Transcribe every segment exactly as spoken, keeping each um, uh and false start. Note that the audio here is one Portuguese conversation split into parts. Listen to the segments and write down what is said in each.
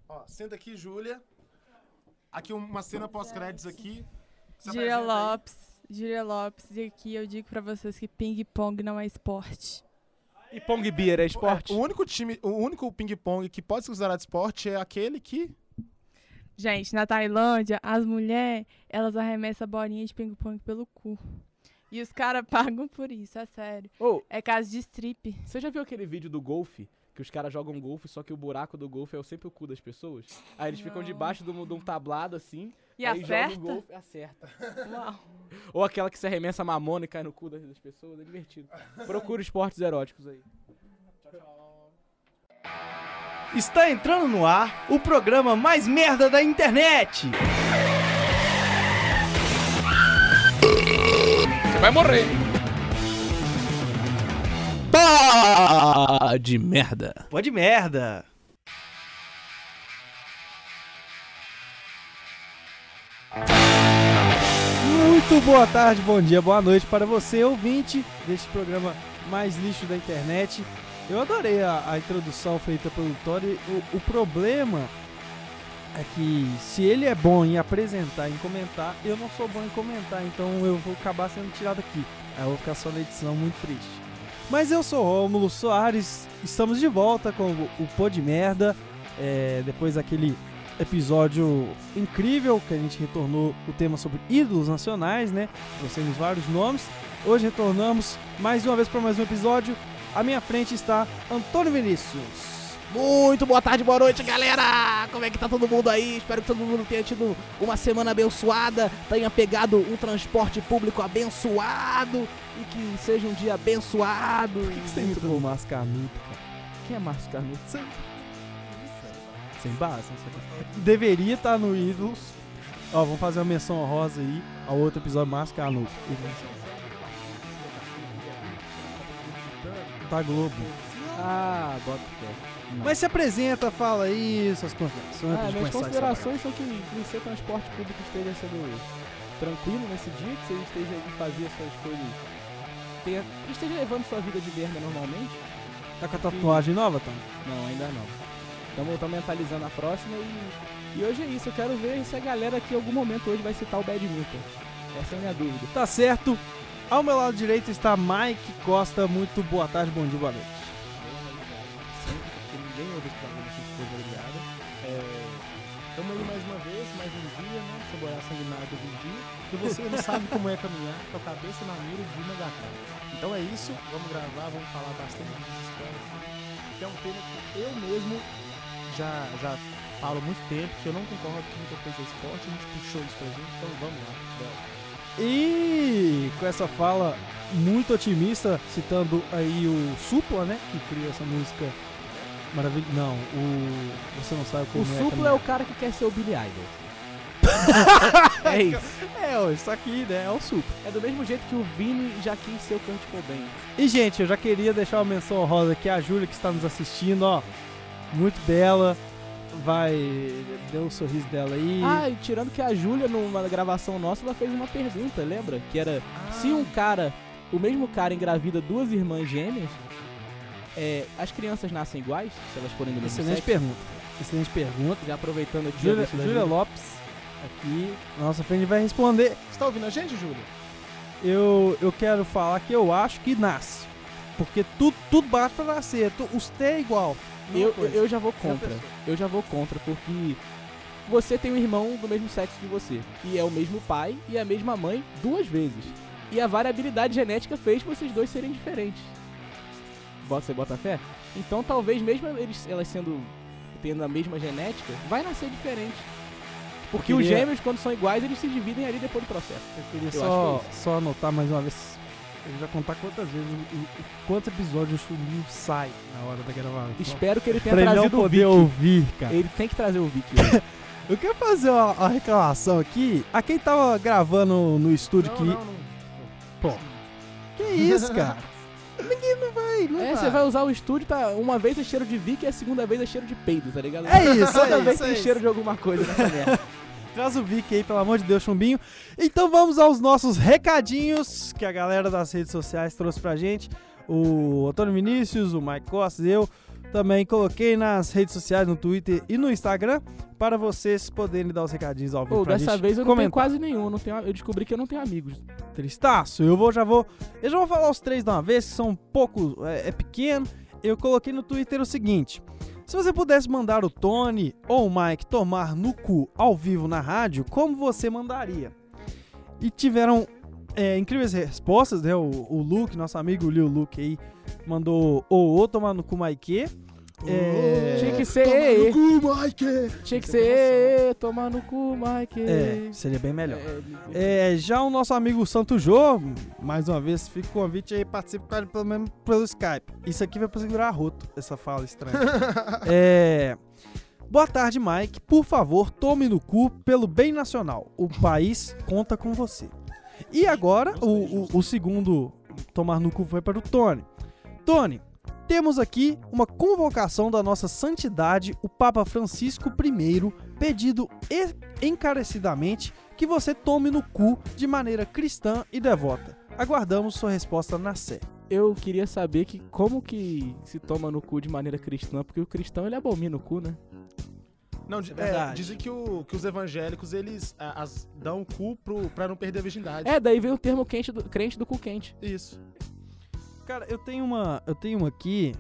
Ó, senta aqui, Júlia. Aqui uma cena pós-créditos aqui. Júlia Lopes, Júlia Lopes, e aqui eu digo pra vocês que ping-pong não é esporte. E Pong Beer é esporte? O único time, o único ping-pong que pode ser considerado esporte é aquele que... Gente, na Tailândia, as mulheres, elas arremessam a bolinha de ping-pong pelo cu. E os caras pagam por isso, é sério. Oh, é caso de strip. Você já viu aquele vídeo do golfe? Que os caras jogam golfe, só que o buraco do golfe é sempre o cu das pessoas? Aí eles Não. ficam debaixo de um, de um tablado assim, E aí acerta? jogam o golfe, acerta. Uau. Ou aquela que se arremessa mamona e cai no cu das, das pessoas, é divertido. Procura esportes eróticos aí. Está entrando no ar o programa mais merda da internet. Você vai morrer. Pá de merda. Pode merda. Muito boa tarde, bom dia, boa noite para você, ouvinte deste programa mais lixo da internet. Eu adorei a, a introdução feita pelo Tori. O, o problema é que se ele é bom em apresentar, em comentar, eu não sou bom em comentar, então eu vou acabar sendo tirado aqui. Aí eu vou ficar só na edição, muito triste. Mas eu sou Rômulo Soares, estamos de volta com o, o Pô de Merda, é, depois daquele episódio incrível que a gente retornou o tema sobre ídolos nacionais, né? Trouxemos vários nomes. Hoje retornamos mais uma vez para mais um episódio. À minha frente está Antônio Vinícius. Muito boa tarde, boa noite, galera! Como é que tá todo mundo aí? Espero que todo mundo tenha tido uma semana abençoada, tenha pegado um transporte público abençoado e que seja um dia abençoado. Por que, que você entrou no Márcio Canuto, cara? Quem é Márcio Canuto? Sem, sem base. Deveria estar no Ídolos. Ó, vamos fazer uma menção honrosa aí ao outro episódio Márcio Canuto. Tá Globo. Ah, bota fé. Mas se apresenta, fala aí suas considerações. Ah, minhas considerações são que, que o seu transporte público esteja sendo tranquilo nesse dia, que você esteja aí fazer as suas coisas, tenha, esteja levando sua vida de merda normalmente. Tá com a tatuagem nova, Tom? Não, ainda não. Estamos mentalizando a próxima e, e hoje é isso. Eu quero ver se a galera aqui em algum momento hoje vai citar o Badminton. Essa é a minha dúvida. Tá certo. Ao meu lado direito está Mike Costa. Muito boa tarde, bom dia, boa noite. Ninguém ouve esse programa de coisa ligada. Estamos aí mais uma vez, mais um dia, né? Sobre a sanguinária do dia. E você não sabe como é caminhar com a cabeça na mira de uma gatão. Então é isso, vamos gravar, vamos falar bastante de desespero. Que é um tema que eu mesmo já, já falo há muito tempo, que eu não concordo que muita coisa é esporte, a gente puxou isso pra gente, então vamos lá. Bora. E com essa fala muito otimista, citando aí o Supla, né? Que criou essa música maravilhosa. Não, o. Você não sabe como o é. O Supla é o cara que quer ser o Billy Idol. É isso. É, ó, isso aqui, né? É o Supla. É do mesmo jeito que o Vini já quis ser o Kurt Cobain. E, gente, eu já queria deixar uma menção honrosa aqui a Júlia, que está nos assistindo, ó. Muito bela. Vai, deu um sorriso dela aí. Ah, e tirando que a Júlia, numa gravação nossa, ela fez uma pergunta, lembra? Que era, ah. se um cara, o mesmo cara engravida duas irmãs gêmeas, é, as crianças nascem iguais, se elas forem do mesmo Excelente sexo? pergunta. Excelente pergunta. Já aproveitando aqui. Júlia, Júlia Lopes, aqui, na nossa frente, vai responder. Você tá ouvindo a gente, Júlia? Eu, eu quero falar que eu acho que nasce. Porque tudo, tudo bate pra nascer. Tu, os T é igual. Eu, eu já vou contra. Eu já vou contra, porque você tem um irmão do mesmo sexo que você. E é o mesmo pai e a mesma mãe duas vezes. E a variabilidade genética fez vocês dois serem diferentes. Você bota fé? Então talvez mesmo eles, elas sendo tendo a mesma genética, vai nascer diferente. Porque queria... os gêmeos, quando são iguais, eles se dividem ali depois do processo. Eu queria eu só, que é só anotar mais uma vez. Eu já contar quantas vezes, quantos episódios o Chulinho sai na hora da gravação. Espero que ele tenha pra trazido ele não poder o Vic. ouvir, cara. Ele tem que trazer o Vic. Eu quero fazer uma, uma reclamação aqui. A quem tava gravando no estúdio não, que... Não, não, Pô, que isso, cara? Ninguém não vai, não É, você vai usar o estúdio, tá? Uma vez é cheiro de Vic e a segunda vez é cheiro de peido, tá ligado? É isso, Toda é vez isso, tem é cheiro isso. de alguma coisa nessa merda. Traz o Vic aí, pelo amor de Deus, Chumbinho. Então vamos aos nossos recadinhos que a galera das redes sociais trouxe pra gente. O Antônio Vinícius, o Mike Costa, eu. Também coloquei nas redes sociais, no Twitter e no Instagram, para vocês poderem dar os recadinhos ao vivo Pô, pra dessa gente vez eu não tenho comentar. quase nenhum. Eu, não tenho, eu descobri que eu não tenho amigos. Tristaço, eu vou, já vou. Eu já vou falar os três de uma vez, que são um pouco. É, é pequeno. Eu coloquei no Twitter o seguinte: se você pudesse mandar o Tony ou o Mike tomar no cu ao vivo na rádio, como você mandaria? E tiveram é, incríveis respostas, né? O, o Luke, nosso amigo o Lil Luke aí, mandou ou ou tomar no cu Mike. É, Tinha que ser. Toma no cu, Mike! Tinha que ser. Tomar no cu, Mike. é, seria bem melhor. É, É, já o nosso amigo Santo Jô, mais uma vez, fica o convite aí, participa pelo menos pelo Skype. Isso aqui vai pra segurar roto, essa fala estranha. é, boa tarde, Mike. Por favor, tome no cu pelo bem nacional. O país conta com você. E agora, o, o, o segundo tomar no cu foi para o Tony. Tony, temos aqui uma convocação da nossa santidade, o Papa Francisco I, pedido encarecidamente que você tome no cu de maneira cristã e devota. Aguardamos sua resposta na sé. Eu queria saber que como que se toma no cu de maneira cristã, porque o cristão ele abomina o cu, né? Não, di- é, Verdade. dizem que, o- que os evangélicos, eles a- as- dão o cu pro, pra não perder a virgindade. É, daí vem o termo quente do, crente do cu quente. Isso. Cara, eu tenho uma, eu tenho uma aqui,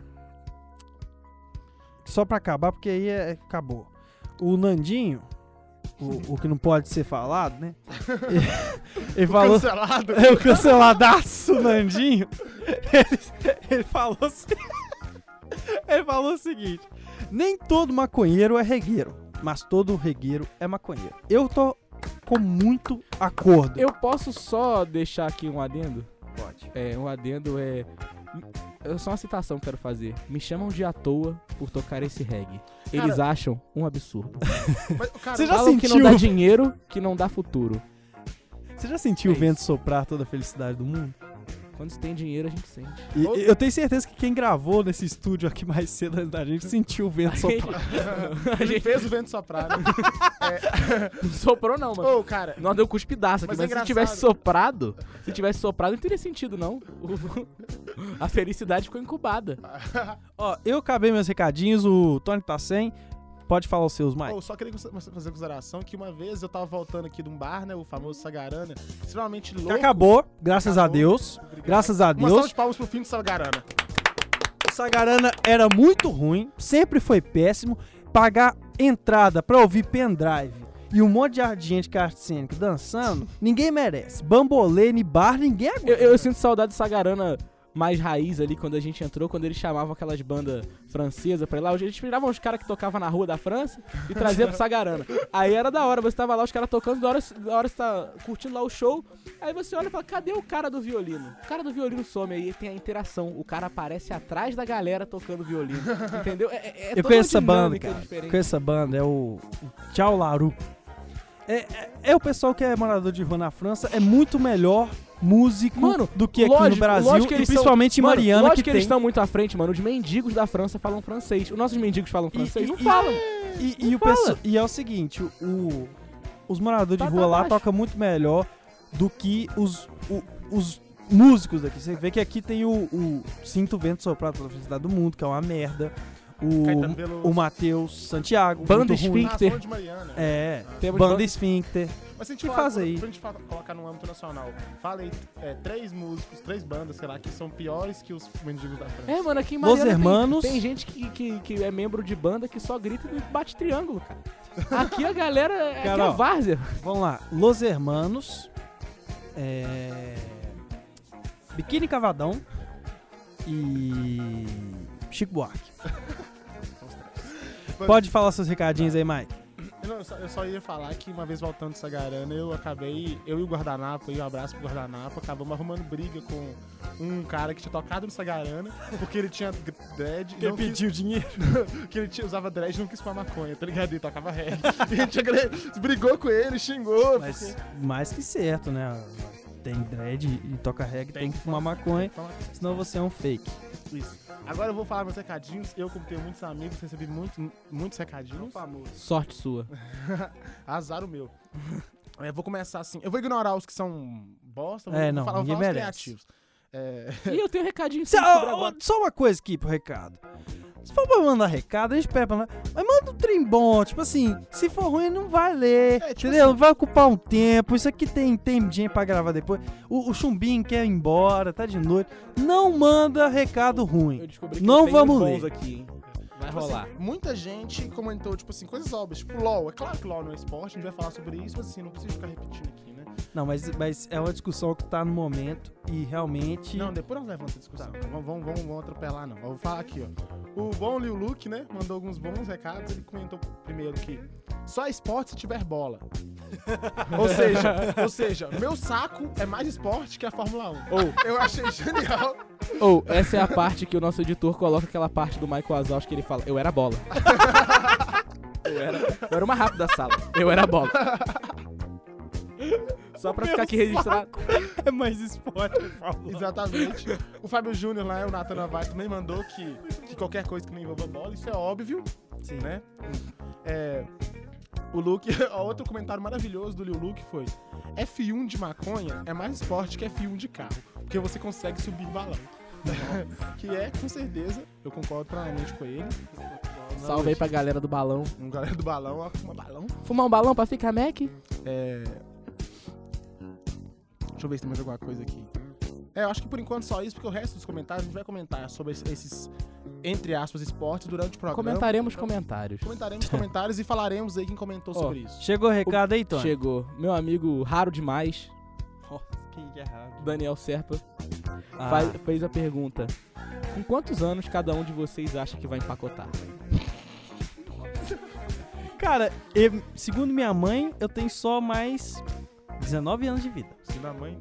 só pra acabar, porque aí é, acabou. O Nandinho, o, o que não pode ser falado, né? Ele, ele O falou... cancelado. É o canceladaço Nandinho. Ele, ele falou assim. Ele falou o seguinte: nem todo maconheiro é regueiro, mas todo regueiro é maconheiro. Eu tô com muito acordo. Eu posso só deixar aqui um adendo? Pode. É, um adendo é... É só uma citação que eu quero fazer. Me chamam de à toa por tocar esse reggae. Eles Cara- acham um absurdo. Mas, cara, Você já Falam que não sentiu? dá dinheiro, que não dá futuro. Você já sentiu É o vento soprar toda a felicidade do mundo? Quando se tem dinheiro, a gente sente. E, e eu tenho certeza que quem gravou nesse estúdio aqui mais cedo antes da gente sentiu o vento soprar. A ele gente fez o vento soprar. Né? não soprou não, mano. Ô, cara, Nós deu cuspidaço aqui, Mas mas, é se engraçado. tivesse soprado, se tivesse soprado, não teria sentido, não. O- A felicidade ficou incubada. Ó, eu acabei meus recadinhos, o Tony tá sem. Pode falar os seus, Mike. Ô, só queria fazer consideração que uma vez eu tava voltando aqui de um bar, né? O famoso Sagarana, extremamente Que louco. acabou, graças a Acabou. Deus. Obrigado. Graças a Uma salva Deus. de palmas pro fim do Sagarana. O Sagarana era muito ruim, sempre foi péssimo. Pagar entrada pra ouvir pendrive e um monte de gente de arte cênica dançando, ninguém merece. Bambolê, em bar, ninguém Eu, aguenta. eu sinto saudade do Sagarana mais raiz ali, quando a gente entrou, quando eles chamavam aquelas bandas francesas pra ir lá. A gente tiravam os caras que tocavam na rua da França e trazia pro Sagarana. Aí era da hora, você tava lá, os caras tocando, da hora, da hora você tá curtindo lá o show. Aí você olha e fala, cadê o cara do violino? O cara do violino some, aí tem a interação. O cara aparece atrás da galera tocando violino. Entendeu? É, é, é Eu toda conheço uma essa banda, dinâmica cara. diferente. Conheço essa banda, é o o Tchau Laru. É, é, é o pessoal que é morador de rua na França, é muito melhor músico Mano, do que aqui lógico, no Brasil lógico que e eles principalmente são, em Mariana, mano, que lógico que tem. eles estão muito à frente, mano. Os mendigos da França falam francês. Os nossos mendigos falam francês? e- não e- falam. E, e Não o fala. pessoal- e é o seguinte, o, o- os moradores Tá de pra rua lá baixo. tocam muito melhor do que os, o- os músicos daqui. Você vê que aqui tem o, o Sinto o Vento Soprar toda a felicidade do mundo, que é uma merda. Caetano O, Veloso. o Matheus Santiago, Banda muito ruim. Esfíncter. Nação de Mariana. É, Temos Banda banda- Esfíncter. Mas se a gente Que falar, faz aí? pra gente fa- colocar no âmbito nacional, fala aí é, três músicos, três bandas, sei lá, que são piores que os mendigos da França. É, mano, aqui em Los Mariana tem- Hermanos. tem, gente que, que, que é membro de banda que só grita e bate triângulo, cara. Aqui a galera é, Cara, aqui é ó. várzea. Vamos lá, Los Hermanos, é... Biquíni Cavadão e Chico Buarque. Pode falar seus recadinhos aí, Mike. Não, eu, só, eu só ia falar que uma vez voltando de Sagarana, eu acabei, eu e o Guardanapo, e um abraço pro Guardanapo, acabamos arrumando briga com um cara que tinha tocado no Sagarana, porque ele tinha dread, não quis- dinheiro. que ele tinha, usava dread e não quis fumar maconha, tá ligado? Ele tocava reggae. E a gente agre- brigou com ele, xingou. Mas porque- mais que certo, né? Tem dread e toca reggae, tem, que fumar maconha, fumar maconha. senão você é um fake. Isso. Agora eu vou falar meus recadinhos. Eu, como tenho muitos amigos, recebi muito, muitos recadinhos. Sorte sua. Azar o meu. É, vou começar assim. Eu vou ignorar os que são bosta. Vou, É, vou não, falar, vou ninguém falar os merece. criativos. É, E eu tenho um recadinho Cê- sim sobre ó, ó, agora. só uma coisa aqui pro recado. Se for pra mandar recado, a gente espera pra mandar. Mas manda um trem bom, tipo assim, se for ruim, não vai ler, É, tipo entendeu? assim- Vai ocupar um tempo, isso aqui tem, tem gente pra gravar depois. O, o Chumbinho quer ir embora, tá de noite. Não manda recado ruim. Eu descobri que Não eu tenho vamos uns ler. bons aqui, hein? Vai Tipo rolar. assim, muita gente comentou, tipo assim, coisas óbvias, tipo LOL. É claro que LOL não é esporte, a gente vai falar sobre isso, mas assim, não precisa ficar repetindo aqui, né? Não, mas, mas é uma discussão que tá no momento e realmente... Não, depois nós levamos essa discussão. Vamos, vamos, vamos, vamos atropelar, não. Eu vou falar aqui, ó. O bom Liu Luke, né, mandou alguns bons recados. Ele comentou primeiro que só esporte se tiver bola. ou seja, ou seja, meu saco é mais esporte que a Fórmula um. Ou, Eu achei genial. ou, essa é a parte que o nosso editor coloca aquela parte do Michael Wazowski que ele fala, eu era bola. eu, era, eu era uma rápida sala. Eu era bola. Só pra ficar aqui registrado. É mais esporte, por favor. Exatamente. O Fábio Júnior lá, o Nathan Novaes também mandou que, que qualquer coisa que não envolva bola, isso é óbvio, Sim. né? É, o Luke, ó, outro comentário maravilhoso do Liu Luke foi: F um de maconha é mais esporte que F um de carro, porque você consegue subir balão. que é, com certeza, eu concordo plenamente com ele. Salve aí pra galera do balão. Um galera do balão, ó, fuma balão. Fumar um balão pra ficar Mac? É... Deixa eu ver se tem mais alguma coisa aqui. É, eu acho que por enquanto só isso, porque o resto dos comentários a gente vai comentar sobre esses, entre aspas, esportes durante o programa. Comentaremos comentários. Comentaremos comentários e falaremos aí quem comentou Ó, sobre isso. Chegou o recado aí, Tony? Chegou. Meu amigo raro demais, Quem que é raro? Daniel Serpa, Ah, faz- fez a pergunta: com quantos anos cada um de vocês acha que vai empacotar? Cara, eu- segundo minha mãe, eu tenho só mais dezenove anos de vida. Se na mãe...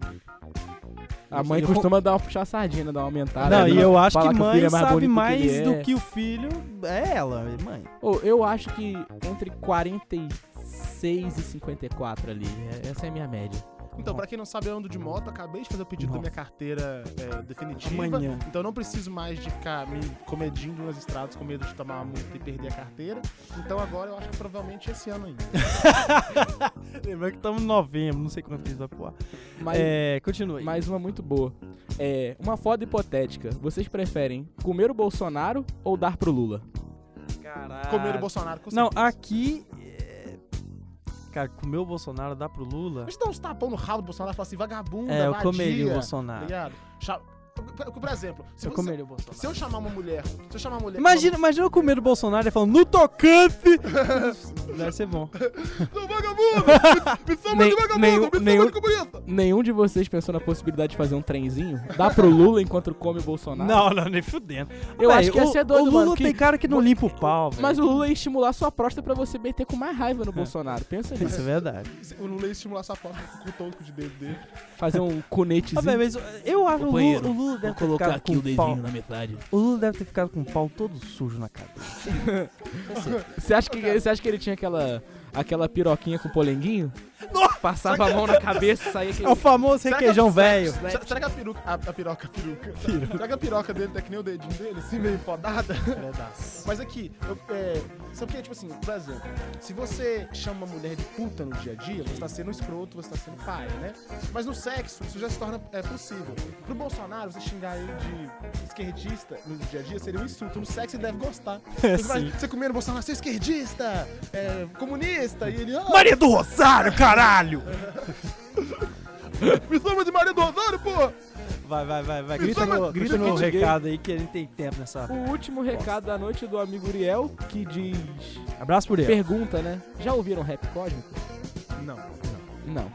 A mãe Eu- costuma dar uma puxar sardinha, dar uma aumentada. Não, né? e eu acho Falar que o mãe filho é mais sabe bonito mais que ele do é. que o filho é ela, é mãe. Ô, eu acho que entre quarenta e seis e cinquenta e quatro ali. É- Essa é a minha média. Então, pra quem não sabe, eu ando de moto, acabei de fazer o pedido da minha carteira é, definitiva. Amanhã. Então eu não preciso mais de ficar me comedindo nas estradas com medo de tomar uma multa e perder a carteira. Então agora eu acho que provavelmente esse ano ainda. Lembrando que estamos em novembro, não sei quanto que isso vai pro ar. Mas, É, continua aí. mais uma muito boa. É, uma foda hipotética. Vocês preferem comer o Bolsonaro ou dar pro Lula? Caralho. Comer o Bolsonaro com Não, certeza. aqui... é, Cara, comer o Bolsonaro dá pro Lula... A gente dá uns tapão no rabo do Bolsonaro e fala assim, vagabundo, É, eu vadia, comeria o tá Bolsonaro. ligado? Cha- Por por exemplo, se, Eu você- comeria o Bolsonaro. se eu chamar uma mulher, se eu chamar uma mulher... Imagina, imagina eu comer o Bolsonaro e falando no tocante. Deve ser bom. Seu vagabundo! Me chama Nem- de vagabundo! nenhum- me chama nenhum- de comunista! Nenhum de vocês pensou na possibilidade de fazer um trenzinho? Dá pro Lula enquanto come o Bolsonaro? Não, não, nem fudendo. Eu Véi, acho que ia o- ser doido, O Lula mano. que- tem cara que não limpa o pau, velho. Mas o Lula ia estimular sua próstata pra você meter com mais raiva no Bolsonaro. Pensa Isso é nisso. verdade. O Lula ia estimular essa porta com o toco de dedo dele. Fazer um Ah, conetezinho. véi, mas eu acho que o Lula, Companheiro, o Lula deve ter ficado com o pau. na metade. O Lula deve ter ficado com o pau todo sujo na cabeça. Você acha que, você acha que ele tinha aquela, aquela piroquinha com polenguinho? Passava a mão na cabeça e saía aquele... É o famoso Será que- requeijão velho. Será, será que a peruca... A, a piroca, a peruca. Será que a piroca dele tá que nem o dedinho dele, assim, meio podada? Mas aqui, eu, é, sabe o que? Tipo assim, por exemplo, se você chama uma mulher de puta no dia a dia, você tá sendo escroto, você tá sendo pai, né? Mas no sexo, isso já se torna é, possível. Pro Bolsonaro, você xingar ele de esquerdista no dia a dia seria um insulto. No sexo, ele deve gostar. É, Você, vai, sim. você comendo Bolsonaro, você é esquerdista, é, comunista, e ele... Ah, Maria do Rosário, caralho! me chama de Maria do Rosário, pô! Vai, vai, vai, vai. Me Grita chama- no, grita grita no que te recado aí que a gente tem tempo nessa. O último recado da noite do amigo Uriel, que diz... Abraço por ele. Pergunta, né? Já ouviram rap cósmico? Não. Não.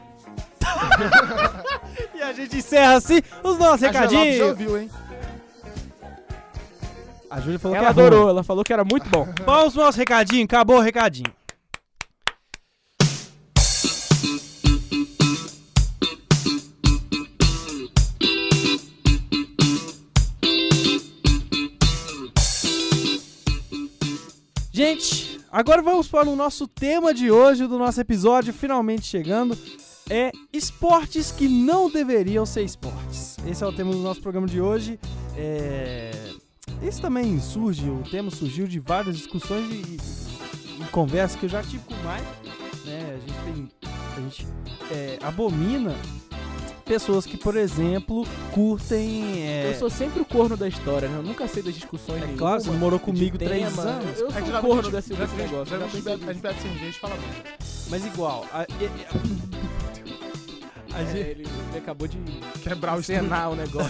E a gente encerra assim os nossos A Gia Lopes já recadinhos. ouviu, hein? A Júlia falou Ela que é adorou, ela falou que era muito bom. ruim. Vamos pro nosso recadinho, acabou o recadinho. Gente, agora vamos para o nosso tema de hoje, do nosso episódio, finalmente chegando. É esportes que não deveriam ser esportes. Esse é o tema do nosso programa de hoje. É... Esse também surge, o tema surgiu de várias discussões e, e, e conversas que eu já tive com o Mike. Né? A gente tem. A gente é, abomina pessoas que, por exemplo, curtem... É, Eu sou sempre o corno da história, né? Eu nunca sei das discussões é nenhuma, claro, você morou comigo de três tema. anos. Eu É sou que o geralmente corno a gente- desse, desse geralmente- negócio. geralmente já A pensei gente bebe cerveja e fala bem. Mas igual... A, e- a, É, gente, ele, ele acabou de Quebrar o estúdio. encenar o negócio.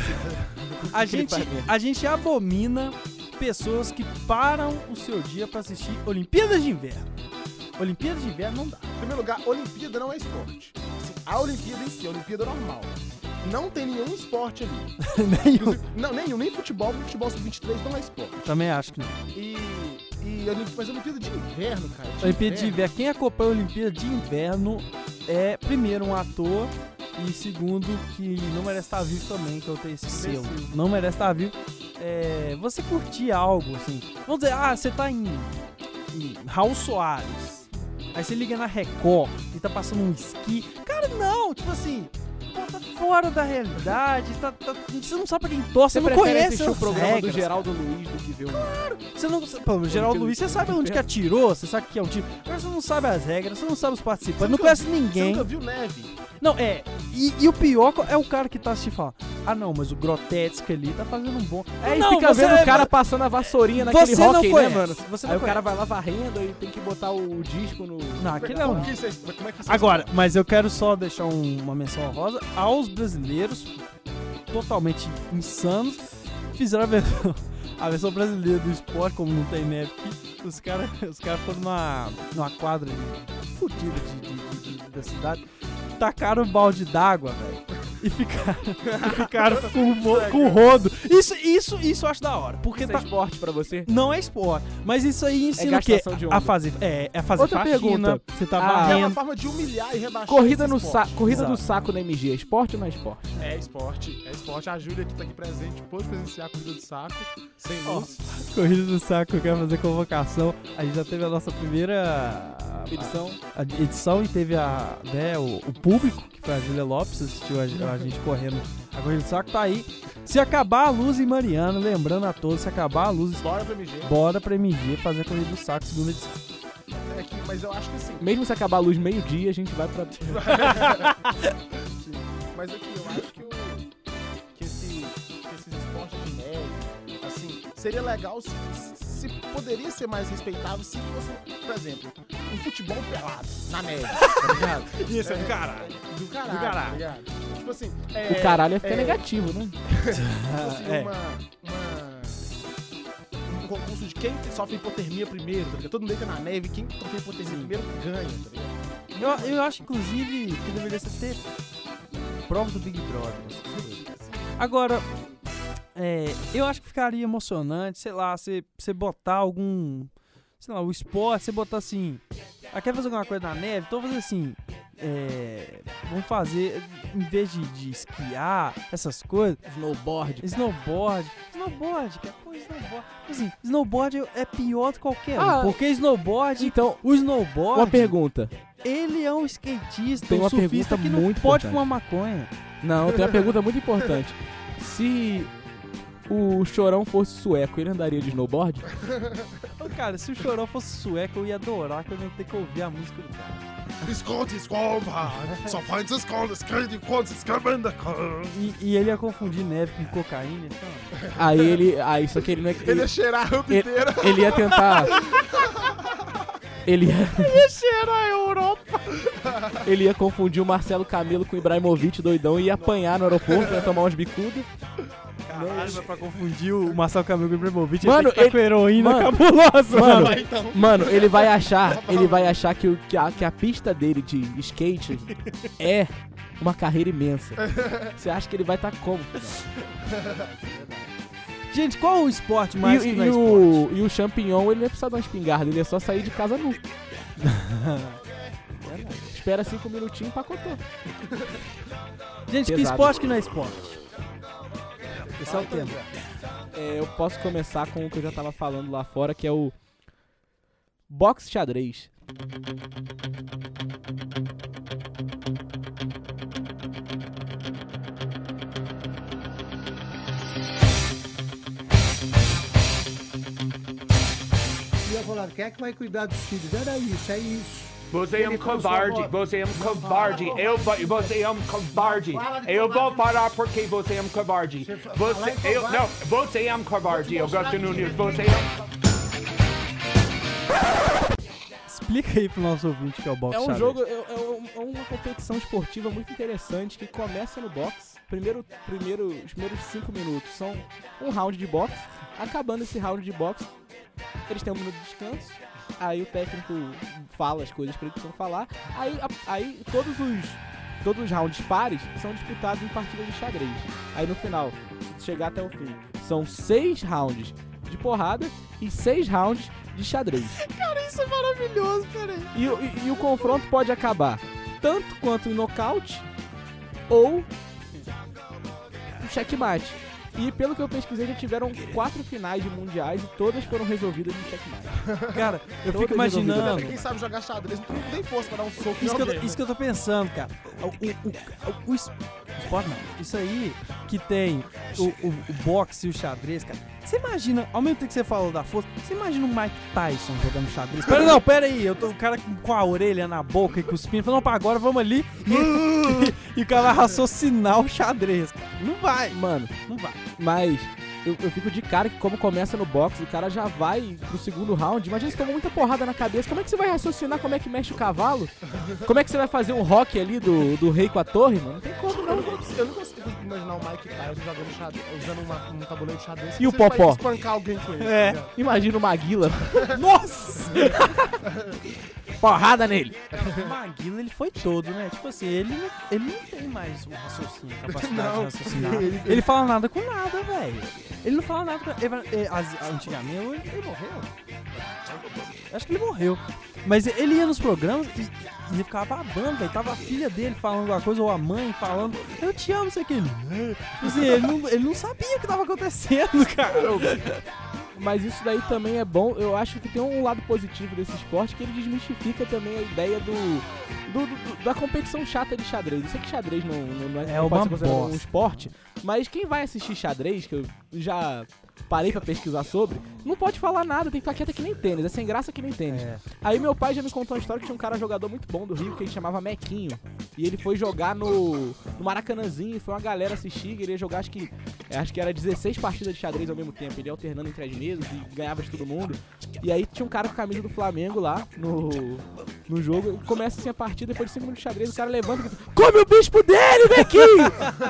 a, gente, a gente abomina pessoas que param o seu dia pra assistir Olimpíadas de Inverno. Olimpíadas de Inverno não dá. Em primeiro lugar, Olimpíada não é esporte. Assim, a Olimpíada em si, a Olimpíada normal. Não tem nenhum esporte ali. Nenhum. Inclusive, não, nenhum, nem futebol, porque futebol sub vinte e três não é esporte. Também acho que não. E, e Olim- mas a Olimpíada de inverno, cara. de Olimpíada de inverno, Inverno. Quem acompanha a Olimpíada de Inverno é, primeiro, um ator e, segundo, que não merece estar vivo também, que eu tenho esse selo. Imbecil. Não merece estar vivo. É, você curtir algo, assim. Vamos dizer, ah, você tá em, em Raul Soares. Aí você liga na Record e tá passando um esqui. Cara, não, tipo assim... Pô, tá fora da realidade, tá, tá- você não sabe pra quem torce, você, Você não prefere conhece assistir o as programa regras, do Geraldo Luiz do que ver o... Você não, pô, o Geraldo Luiz, você sabe onde que atirou, você sabe que é um tiro. Agora você não sabe as regras, você não sabe os participantes, Você não nunca- conhece Você ninguém. nunca viu neve? Não, é. E, e o pior é o cara que tá assistindo e fala: ah, não, mas o Grotetsky ali tá fazendo um bom. Aí não, fica você- vendo o cara passando a vassourinha naquele Você não hockey, conhece, né, mano? você Aí não o cara conhece. vai lá varrendo e tem que botar o disco no... Não, aquele é um. Como que isso é- como é que isso é Agora, esporte? mas eu quero só deixar um- uma menção honrosa aos brasileiros totalmente insanos. Fizeram a versão, a versão brasileira do esporte, como não tem neve aqui. Os caras os cara foram numa, numa quadra fodida de, de- de- de- da cidade, tacaram um balde d'água, velho. E ficaram, e ficaram com, o mo- com o rodo. Isso, isso, isso eu acho da hora. Porque Isso tá, é esporte pra você? não é esporte. Mas isso aí ensina o quê? gastação de onda. A fazer, é, é fazer Outra faxina. pergunta. Você tá Ah, É uma varrendo. forma de humilhar e rebaixar Corrida, esse no esporte. sa corrida do Exato. saco na M G, é esporte ou não é esporte? É esporte, é esporte. A Júlia, que tá aqui presente, pôde presenciar a corrida do saco, sem Ó, luz. Corrida do saco, eu quero fazer convocação. A gente já teve a nossa primeira Edição. a, a edição e teve a, né, o, o público, que foi a Júlia Lopes, assistiu a, a gente correndo a corrida do saco, tá aí. Se acabar a luz em Mariana, lembrando a todos, se acabar a luz, Bora pra M G. bora pra M G fazer a corrida do saco, segunda edição. É aqui, mas eu acho que sim. Mesmo se acabar a luz meio-dia, a gente vai pra... Sim. Mas aqui, eu acho que, o, que, esse, que esses esportes de neve, assim, seria legal se, se poderia ser mais respeitável se fosse, por exemplo, um futebol pelado na neve, tá ligado? Isso é do caralho. Do caralho, Do caralho. tá ligado? Tipo assim, é, O caralho ia ficar é, negativo, né? tipo assim, É. uma, uma- um concurso de quem sofre hipotermia primeiro, tá ligado? Todo mundo deita na neve, quem sofre hipotermia primeiro ganha, tá ligado? Eu, eu acho, inclusive, que deveria ser ter prova do Big Brother. essas coisas. Agora, é, eu acho que ficaria emocionante, sei lá, você você botar algum, sei lá, o esporte, você botar assim, ah, quer fazer alguma coisa na neve? Então fazer assim, é, vamos fazer, em vez de, de esquiar, essas coisas, Snowboard. snowboard, snowboard, cara, pô, snowboard, assim, snowboard é pior do que qualquer Ah, um, porque snowboard, Então, o snowboard, uma pergunta. ele é um skatista, Tem um uma surfista pergunta que não muito pode importante. fumar maconha. Não, tem uma pergunta muito importante. Se o Chorão fosse sueco, ele andaria de snowboard? Ô, cara, se o Chorão fosse sueco, eu ia adorar que eu não ia ter que ouvir a música do cara. Esconde, esconde, só faz esconde, esconde, esconde, esconde. E, e ele ia confundir neve com cocaína, então... Aí ele... Aí, só que ele não é... Ele ia cheirar a roupa Ele- inteira. Ele ia tentar... Ele ia... Cheirar a Europa! Ele ia confundir o Marcelo Camelo com o Ibrahimovic doidão e ia apanhar no aeroporto, ia tomar uns bicudos. Caralho, mas pra confundir o Marcelo Camilo com o Ibrahimovic, Mano, ele tem que tá ele- com heroína Mano, cabulosa, mano, mano. Então, Mano, ele vai achar, ele vai achar que, o, que, a, que a pista dele de skate é uma carreira imensa. Você acha que ele vai estar como? Gente, qual o esporte E, mais e- que não é e esporte? o, e o champignon, ele não ia precisar de uma espingarda, ele ia só sair de casa nu. Espera cinco minutinhos e empacotou. Gente, que Pesado. esporte que não é esporte? Esse é o tema. É, eu posso começar com o que eu já tava falando lá fora, que é o boxe xadrez. ia falar, quem é que vai cuidar dos filhos? Era isso, é isso. Você é um covarde, você é um covarde. Eu, você é um covarde. Eu vou parar porque você é um covarde. Você, eu, não, você é um covarde, Augusto Nunes. Você é um... Explica aí pro nosso ouvinte que é o boxe É um xadrez. jogo, é, é um- é uma competição esportiva muito interessante que começa no boxe. Primeiro, primeiro, os primeiros cinco minutos são um round de boxe. Acabando esse round de boxe, eles têm um minuto de descanso. Aí o técnico fala as coisas pra eles precisam falar. Aí, a- aí todos os todos os rounds pares são disputados em partidas de xadrez. Aí no final, se chegar até o fim, são seis rounds de porrada e seis rounds de xadrez. Isso é maravilhoso, peraí. E, o- e- e o confronto pode acabar tanto quanto em nocaute ou um checkmate. E pelo que eu pesquisei, já tiveram quatro finais de mundiais e todas foram resolvidas no checkmate. Cara, eu Todas fico imaginando. resolvidas. Quem sabe jogar xadrez não tem força pra dar um soco em Isso que, eu, alguém, tô- isso né? que eu tô pensando, cara. O, o, o, o es- esporte não. Isso aí que tem o, o, o boxe e o xadrez, cara. Você imagina, ao mesmo tempo que você falou da força, você imagina o Mike Tyson jogando xadrez. Pera, não, pera aí. Eu tô, o cara com- com a orelha na boca e cuspindo. Falando, pra agora vamos ali. E, e o cara vai raciocinar o xadrez, cara. Não vai, Mano, não vai. mas eu, eu fico de cara que como começa no boxe, o cara já vai pro segundo round. Imagina se tomou muita porrada na cabeça. Como é que você vai raciocinar como é que mexe o cavalo? Como é que você vai fazer um rock ali do, do rei com a torre, mano? Não tem como Eu não. não, consigo, eu não consigo imaginar o Mike Tyson jogando xadrez, usando uma, um tabuleiro de xadrez. E o Você vai Popó? espancar alguém com ele. É. tá ligado? Imagina o Maguila. Nossa! Porrada nele. O Maguila, ele foi todo, né? Tipo assim, ele, não- ele não tem mais o raciocínio, capacidade Não. de raciocinar. Ele- Ele fala nada com nada, velho. Ele não fala nada com ele, ele- as- Antigamente, ele, ele morreu. Acho que ele morreu. Mas ele ia nos programas e, e ele ficava babando, velho. Tava a filha dele falando alguma coisa, ou a mãe falando, eu te amo, sei o que. Ele, tipo assim, ele, não, ele não sabia o que tava acontecendo, cara. Mas isso daí também é bom. Eu acho que tem um lado positivo desse esporte que ele desmistifica também a ideia do, do- do- da competição chata de xadrez. Eu sei que xadrez não, não, não é, É não pode uma ser considerado um bosta. esporte, mas quem vai assistir xadrez, que eu já parei pra pesquisar sobre, não pode falar nada, tem que ficar quieto que nem tênis, é sem graça que nem tênis. É. Aí meu pai já me contou uma história que tinha um cara jogador muito bom do Rio que ele chamava Mequinho. E ele foi jogar no, no Maracanãzinho, e foi uma galera assistir, ele ia jogar acho que, é, acho que era dezesseis partidas de xadrez ao mesmo tempo, ele ia alternando entre as mesas e ganhava de todo mundo. E aí tinha um cara com a camisa do Flamengo lá no, no jogo, e começa assim a partida, depois de cinco minutos de xadrez, o cara levanta e grita, come o bispo dele, Mequinho!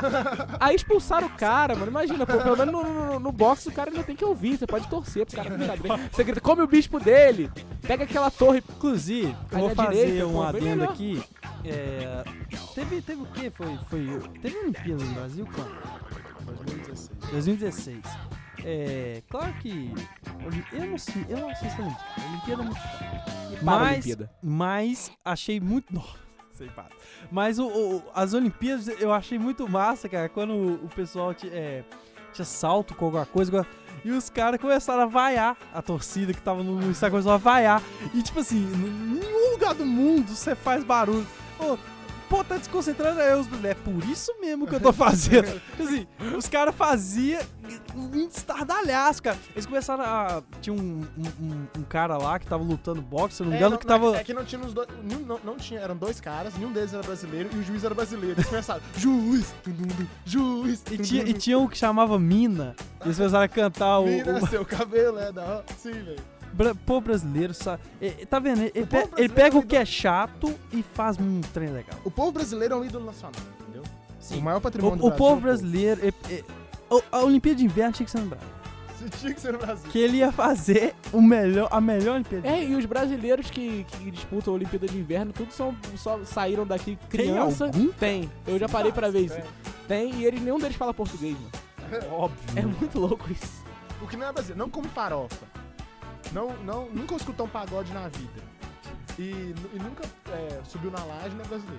Aí expulsaram o cara, mano, imagina, pô, pelo menos no, no, no boxe o cara ainda tem que ouvir, você pode torcer pro cara no xadrez. Você grita, come o bispo dele, pega aquela torre. Inclusive, eu Aí vou na fazer direita, um pô, bem adendo melhor. aqui. É, teve, teve o quê? Foi, foi, teve Olimpíadas no Brasil quando? dois mil e dezesseis. dois mil e dezesseis. É, claro que eu não sei, eu não assisto a Olimpíada. A Olimpíada é muito chato. Para a Mas, Olimpíada. mas achei muito. Nossa, sei para. Mas o, o- as Olimpíadas eu achei muito massa, cara, quando o, o pessoal ti- é, tinha salto com alguma coisa. E os caras começaram a vaiar a torcida que tava no estádio, começou a vaiar. E tipo assim, em nenhum lugar do mundo você faz barulho. Ô, pô, tá desconcentrando aí os. É por isso mesmo que eu tô fazendo. Assim, os caras faziam um estardalhaço, cara. Eles começaram a. Tinha um, um, um- um cara lá que tava lutando boxe, se eu não me engano, não, que tava. É que não tinha os dois. Nenhum, não, não tinha, eram dois caras, nenhum deles era brasileiro e o juiz era brasileiro. Eles começaram, juiz, tum, tum, tum, juiz. E tum, tinha, tum, e tinha um que chamava Mina. E eles começaram a cantar o. Mira, o- seu cabelo é da hora. Sim, velho. Bra- Pô, brasileiro, sabe? Tá vendo? Ele, ele povo pe- ele brasileiro pega é o que é chato e faz um trem legal. O povo brasileiro é um ídolo nacional, entendeu? Sim. O maior O, patrimônio do o Brasil. povo é o brasileiro. ele- ele- a- a Olimpíada de Inverno tinha que ser no Brasil. Tinha que ser no Brasil. Que ele ia fazer o melhor, a melhor Olimpíada. É, e os brasileiros que, que disputam a Olimpíada de Inverno, tudo são, só saíram daqui criança. algum? Tem. Eu já parei pra ver isso. É. Tem, e eles, nenhum deles fala português, mano. Óbvio. É muito louco isso. O que não é brasileiro, não come farofa. Não, não, nunca escutou um pagode na vida. E, e nunca é, subiu na laje, não é brasileiro.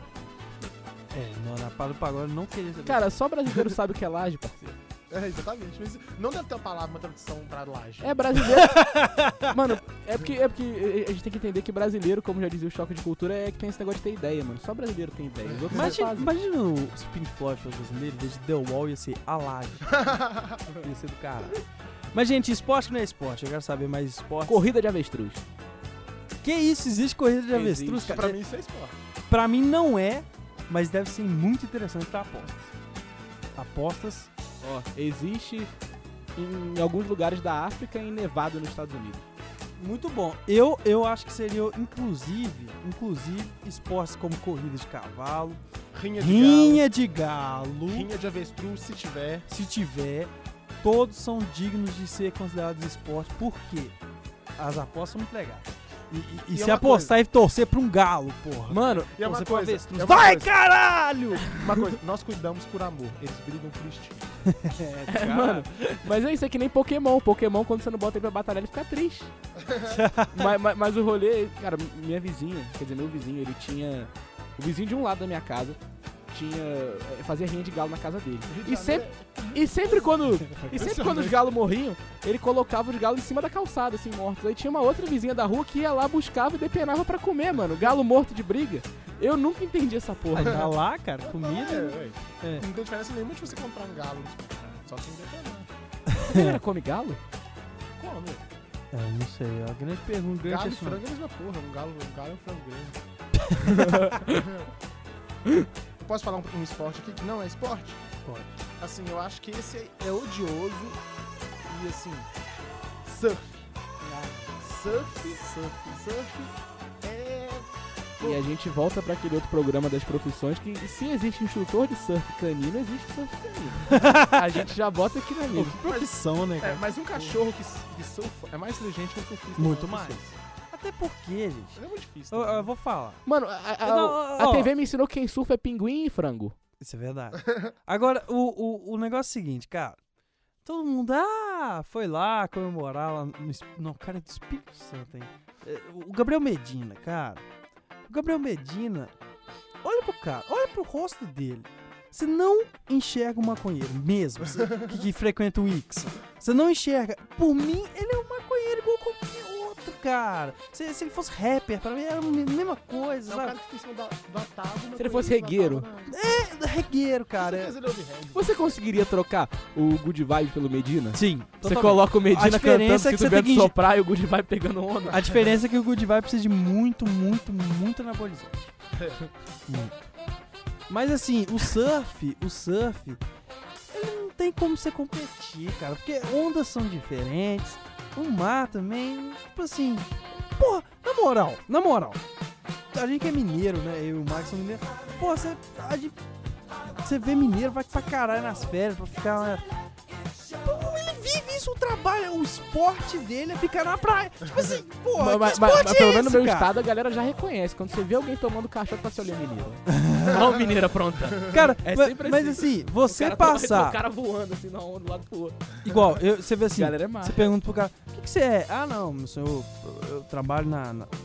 É, não, na Pado Pagode eu não queria saber. Cara, só brasileiro sabe o que é laje, parceiro. É, exatamente. Mas não deve ter uma palavra, uma tradução pra laje. É brasileiro. Mano, é porque, é porque a gente tem que entender que brasileiro, como já dizia o Choque de Cultura, é que tem esse negócio de ter ideia, mano. Só brasileiro tem ideia. Os outros não Imagina, fazem. imagina o Pink Floyd fosse brasileiro, em vez de The Wall ia ser a laje. Ia ser do cara. Mas, gente, esporte não é esporte. Eu quero saber mais esporte. Corrida de avestruz. Que isso? Existe corrida de avestruz, Existe. cara? Pra mim isso é esporte. Pra mim não é, mas deve ser muito interessante pra apostas. Apostas. Ó, existe em alguns lugares da África e em Nevada nos Estados Unidos. Muito bom. Eu, eu acho que seria, inclusive, inclusive, esportes como corrida de cavalo, Rinha de rinha de galo, galo. Rinha de avestruz, se tiver. se tiver, todos são dignos de ser considerados esportes, porque as apostas são muito legais. E, e- e E se é uma apostar e torcer pra um galo, porra. Mano, E é uma Você pra coisa, avestruz. é uma Vai, coisa. caralho! Uma coisa, nós cuidamos por amor. Eles brigam por instinto. é, mano, mas é isso, é que nem Pokémon. Pokémon, quando você não bota ele pra batalhar, ele fica triste. mas, mas, mas o rolê, cara, minha vizinha, quer dizer, meu vizinho, ele tinha... O vizinho de um lado da minha casa tinha... eh, fazia rinha de galo na casa dele. E sempre, e sempre quando... E sempre quando os galos morriam, ele colocava os galos em cima da calçada, assim, mortos. Aí tinha uma outra vizinha da rua que ia lá, buscava e depenava pra comer, mano. Galo morto de briga. Eu nunca entendi essa porra. Ah, tá lá, cara, comida. É, ué. É. Não tem diferença nenhuma de você comprar um galo no supermercado. Só sem depenar. A galera come galo? Come. É, não sei, é uma grande pergunta, grande Galo e assunto. frango é a mesma porra. Um galo, um galo é um frango grande. Posso falar um, um esporte aqui que não é esporte? Pode. Assim, eu acho que esse é odioso e assim, surf. Surf, surf, surf é... E a gente volta pra aquele outro programa das profissões que se existe instrutor de surf canino, existe surf canino. A gente já bota aqui na mesa. Profissão, né, É, cara? mas um cachorro que, que surfa é mais inteligente que um surfista. Muito não, mais. que surfa. Até porque, gente, Ele é muito difícil. eu, também. eu vou falar. Mano, a, a- Não, a ó. T V me ensinou que quem surfa é pinguim e frango. Isso é verdade. Agora, o, o, o negócio é o seguinte, cara. Todo mundo, ah, foi lá comemorar lá no... Es- Não, cara, é do Espírito Santo, hein? É, O Gabriel Medina, cara. O Gabriel Medina, olha pro cara, olha pro rosto dele. Você não enxerga o maconheiro mesmo, você- que, que frequenta o Ix. Você não enxerga. Por mim, ele é um maconheiro igual qualquer outro, cara. Se, se ele fosse rapper, pra mim era a mesma coisa, É um sabe? cara que fica em cima da, da tábua. Se ele fosse regueiro. É regueiro, cara. Com certeza ele ouve reggae. Você conseguiria trocar o Good Vibe pelo Medina? Sim. Você totalmente. coloca o Medina A diferença cantando, é que se você o tem vento que- soprar e o Good Vibe pegando onda. A diferença é que o Good Vibe precisa de muito, muito, muito anabolizante. Muito. Mas assim, o surf, o surf, ele não tem como você competir, cara, porque ondas são diferentes, o mar também, tipo assim, porra, na moral, na moral, a gente que é mineiro, né, eu e o Max são mineiros, porra, você, a gente, você vê mineiro, vai pra caralho nas férias, pra ficar lá. Pô, ele vive isso, o trabalho, o esporte dele é ficar na praia. Tipo assim, porra, Mas, que mas- mas esporte pelo é menos esse, no meu cara? estado a galera já reconhece. Quando você vê alguém tomando cachaça, você olha mineiro. Olha o mineiro pronta. Cara, É ma- sempre mas assim. assim, você O cara toma- passar. O cara voando assim na onda, do lado pro outro. Igual, eu, você vê assim, A galera é massa. você pergunta pro cara, o que, que você é? Ah, não, meu senhor, eu, eu trabalho na, na,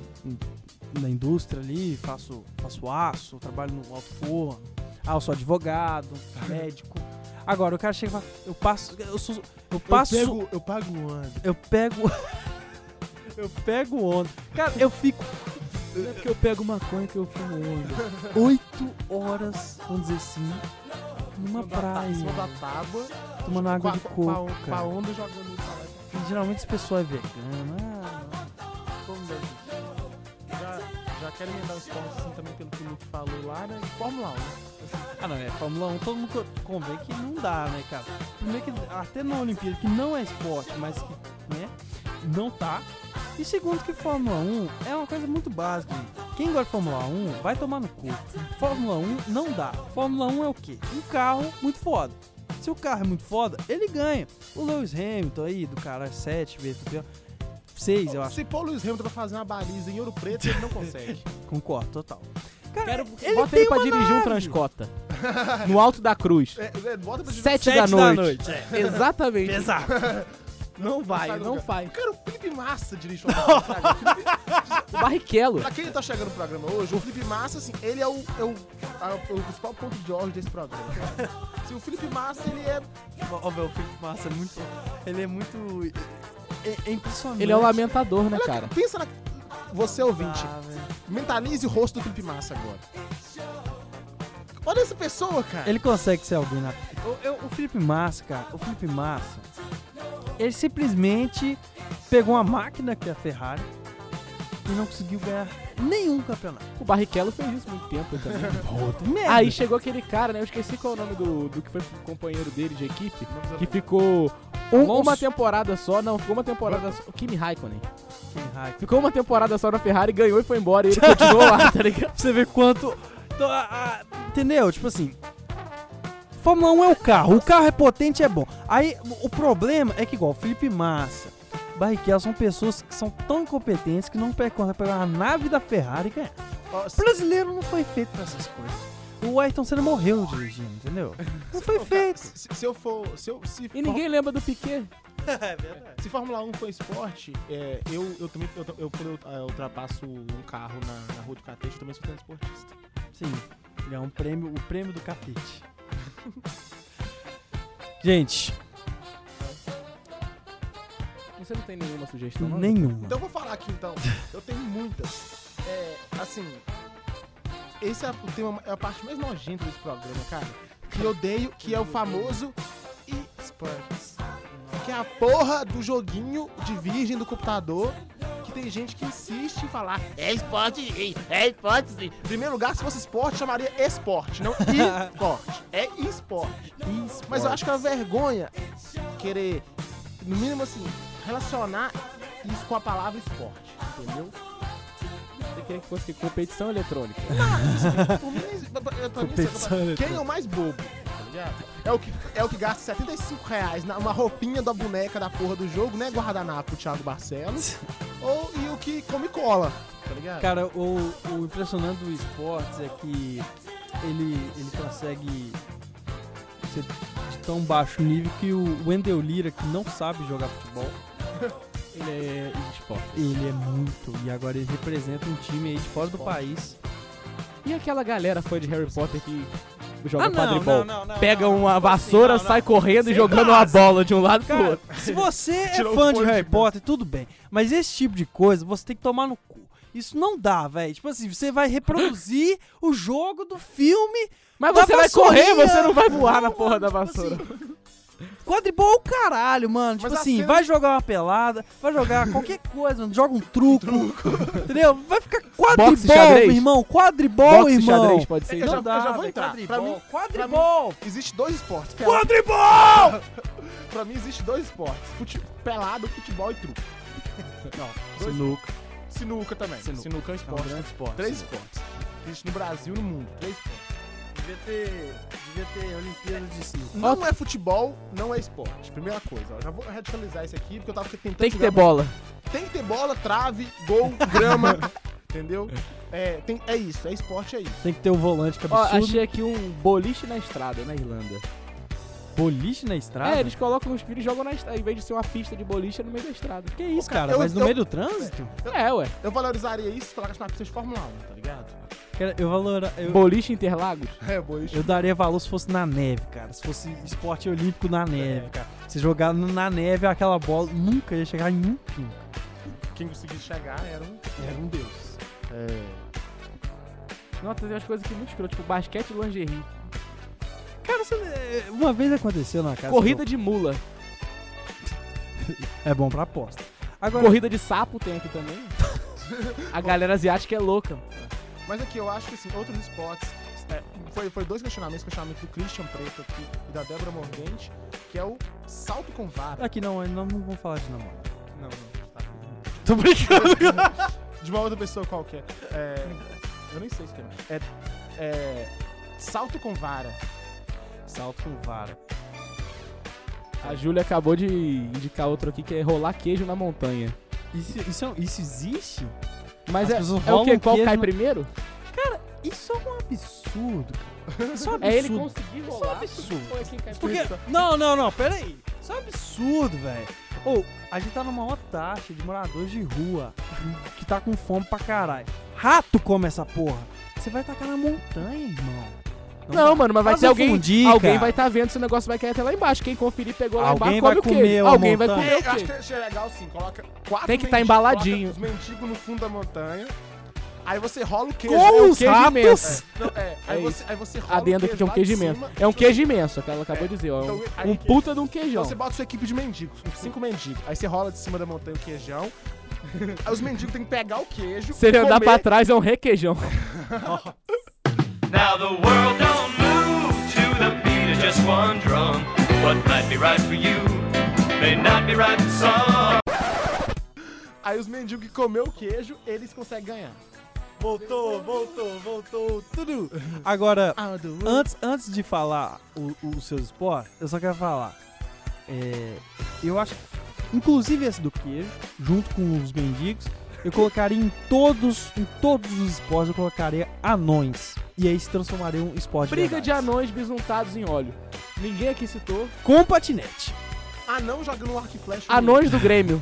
na indústria ali, faço, faço aço, trabalho no alto forno. Ah, eu sou advogado, médico. Agora, o cara chega e fala, eu passo, eu sou, eu passo, Eu pego, eu pago um ano. eu pego, eu pego onda. Cara, eu fico Não é porque eu pego maconha que eu fumo onda. oito horas, vamos dizer assim, numa Em cima da tá- praia, Em cima da tábua. tomando água de com a- coco, com a, com a cara. onda jogando pra lá. E geralmente esse pessoal é vegano, ah, Como deve ser. Já, já quero emendar o esporte assim também pelo que o Luke falou lá, né? Fórmula um, né? Assim, Ah, não, é Fórmula um, todo mundo convém que não dá, né, cara? Primeiro que até na Olimpíada, que não é esporte, mas que, né, não tá. E segundo que Fórmula um é uma coisa muito básica. Gente. Quem gosta de Fórmula um vai tomar no cu. Fórmula um não dá. Fórmula um é o quê? Um carro muito foda. Se o carro é muito foda, ele ganha. O Lewis Hamilton aí, do cara, sete vezes campeão. Seis, eu acho. Se pôr o Lewis Hamilton pra fazer uma baliza em Ouro Preto, ele não consegue. Concordo, total. Cara, Quero, ele bota tem ele pra uma dirigir um nave. Transcota. No alto da cruz. É, é, bota pra Sete, Sete da da noite. noite, é. Exatamente. Exato. Não vai, Sai do não lugar. vai. Cara, o Felipe Massa dirige o programa. O Barrichello. Pra quem tá chegando no programa hoje, o Felipe Massa, assim, ele é o, é o, a- o principal ponto de ordem desse programa. Se o Felipe Massa, ele é... Ó, meu, o Felipe Massa é muito. Ele é muito. É, é impressionante. Ele é o lamentador, né, Olha, cara? pensa na... Você, ouvinte, Ah, velho. mentalize o rosto do Felipe Massa agora. Olha essa pessoa, cara. Ele consegue ser alguém na. O, eu- o Felipe Massa, cara, o Felipe Massa, ele simplesmente pegou uma máquina que é a Ferrari, e não conseguiu ganhar nenhum campeonato. O Barrichello fez isso muito tempo também. Puta merda. Aí chegou aquele cara, né? Eu esqueci qual é o nome do, do que foi companheiro dele de equipe, que ficou um, uma temporada só, não, ficou uma temporada só. Kimi Raikkonen. Kimi Raikkonen. Ficou uma temporada só na Ferrari, ganhou e foi embora. E ele continuou lá, tá ligado? Pra você ver quanto... Então, a- a- entendeu? Tipo assim... Fórmula um é o carro. O carro é potente, é bom. Aí, o problema é que igual Felipe Massa, Barrichello são pessoas que são tão incompetentes que não pe- conseguem pegar uma nave da Ferrari e ganhar. Ó, O se- brasileiro não foi feito pra essas coisas. O Ayrton Senna morreu dirigindo, entendeu? Não foi Ô, cara, feito. Se, se eu for. Se, eu, se, E ninguém lembra do Piquet. É verdade. se Fórmula um for esporte, é, eu, eu também. Eu, eu, quando eu é, ultrapasso um carro na, na rua de catete, eu também sou transportista. Sim, é um prêmio, o prêmio do catete. Gente, Você não tem nenhuma sugestão, não? nenhuma. Então eu vou falar aqui então. Eu tenho muitas. É, assim. Esse é, o tema, é a parte mais nojenta desse programa, cara. Que eu odeio, que é o famoso eSports. Que é a porra do joguinho de virgem do computador. Que tem gente que insiste em falar é esporte, é esporte sim. Em primeiro lugar, se fosse esporte, chamaria esporte, não esporte. É esporte. Mas eu acho que é uma vergonha querer, no mínimo assim, relacionar isso com a palavra esporte, entendeu? Você queria que fosse competição eletrônica. Por mim, pra- pra- pra mim, Competição quem eletrônica. é o mais bobo? Tá ligado? É o que, é o que gasta setenta e cinco reais numa roupinha da boneca da porra do jogo, né? Guardanapo pro Thiago Barcelos. Ou e o que come cola, tá ligado? Cara, o, o impressionante do esportes é que ele, ele consegue ser de tão baixo nível que o Wendel Lira, que não sabe jogar futebol, Ele é esporte. ele é muito. E agora ele representa um time aí de fora do Esporte. país. E aquela galera fã de Harry Potter que joga Ah, não, quadribol? não, não, não, Pega não, uma não, vassoura, assim, não, sai não. correndo e Você jogando tá uma assim. bola de um lado pro Cara, outro. se você é Tirou fã o de fone Harry de Potter, tudo bem. Mas esse tipo de coisa você tem que tomar no cu. Isso não dá, velho. Tipo assim, você vai reproduzir o jogo do filme. Mas da você vai vassourinha. correr, você não vai voar na Não, porra da mano, vassoura. tipo assim, quadribol é o caralho, mano. Tipo Mas a assim, cena- vai jogar uma pelada, vai jogar qualquer coisa, mano. Joga um truco. Entendeu? Vai ficar quadribol, xadrez? meu irmão. Quadribol, Boxe, irmão. xadrez, pode ser. Eu Não já- dá, eu já vou velho, entrar. Quadribol. Pra mim- quadribol. Existe dois esportes. Pelado. Quadribol! Pra mim existe dois esportes. Fute- pelado, futebol e truco. Não, dois Sinuca. Sinuca também. Sinuca. Sinuca, é um É um esporte. grande esporte. Três esportes. Existe no Brasil e no mundo. Três esportes. Devia ter, devia ter Olimpíadas de sinuca. Não é futebol, não é esporte. Primeira coisa. Ó, já vou radicalizar isso aqui, porque eu tava tentando... Tem que ter jogar- bola. Tem que ter bola, trave, gol, grama. Entendeu? É, tem, é isso. É esporte, é isso. Tem que ter o volante, que é Ó, absurdo. achei aqui um boliche na estrada, na Irlanda. Boliche na estrada? É, eles colocam os filhos e jogam na estrada. Em vez de ser uma pista de boliche, é no meio da estrada. Que isso, Ô, cara, cara? eu- Mas no eu- meio do trânsito? É, ué. Eu valorizaria isso se colocasse na pista de Fórmula um, tá ligado? Cara, eu valora, eu, Boliche Interlagos. É, boa. eu daria valor se fosse na neve, cara. Se fosse esporte olímpico na neve, cara. Se jogar na neve aquela bola, nunca ia chegar em um fim. Quem conseguisse chegar era um... Era um deus. É... Nossa, tem umas coisas aqui muito escrotas, tipo basquete e lingerie. Cara, você- uma vez aconteceu na casa. Corrida de mula. É bom pra aposta. Agora, Corrida de sapo tem aqui também. A galera asiática é louca. Mas aqui, eu acho que assim, outros esportes... é, foi, foi dois questionamentos, questionamento do Christian Preto aqui e da Débora Morgante, que é o salto com vara. aqui não, não, não vamos falar de namoro. Não, não, tá. Tô brincando. De uma outra pessoa qualquer. É, eu nem sei se é. É, é. Salto com vara. Salto com vara. A Júlia acabou de indicar outro aqui que é rolar queijo na montanha. Isso, isso, é- isso existe? Mas As é, pessoas é o que? rolam Qual queijo cai no- primeiro? Isso é um absurdo, cara. Isso é um absurdo. É ele conseguir Isso é um rolar. absurdo. Ou é quem cai Porque... primeiro? Não, não, não, pera aí. Isso é um absurdo, velho. Ou, a gente tá numa maior taxa de moradores de rua que tá com fome pra caralho. Rato come essa porra. Você vai tacar na montanha, irmão. Não, dá. mano, mas vai Faz ter eu alguém. fundir, alguém cara. vai estar tá vendo se o negócio vai cair até lá embaixo. Quem conferir pegou lá Alguém embaixo, vai come o comer queijo. a Alguém vai montanha. comer É, o eu acho queijo. que é legal assim, coloca quatro Tem que tá mendigos, embaladinho. coloca os mendigos no fundo da montanha. Aí você rola o queijo. Com é o os queijo ratos? imenso. É, não, é, aí, É você, aí você rola Adendo o aqui que é um lá queijo de imenso. cima, É um tipo, queijo imenso, que ela acabou É, de dizer. Ó, então, um, aí um que- puta de um Então queijão. você bota sua equipe de mendigos, uns cinco mendigos. Aí você rola de cima da montanha o queijão, Aí os mendigos têm que pegar o queijo. Se ele andar comer. pra trás é um requeijão. Now the world don't move to the beat of just one drum. What might be right for you may not be right for some. Aí os mendigos que comeu o queijo, eles conseguem ganhar. Voltou, voltou, voltou, tudo. Agora, antes, antes de falar o- os seus esportes, eu só quero falar. É, eu acho, inclusive esse do queijo, junto com os mendigos, eu colocaria em todos, em todos os esportes, eu colocaria anões. E aí se transformaria em um esporte Briga de verdade. anões bisuntados em óleo. Ninguém aqui citou. Com patinete. Anão jogando um arco e flecha. Anões do Grêmio.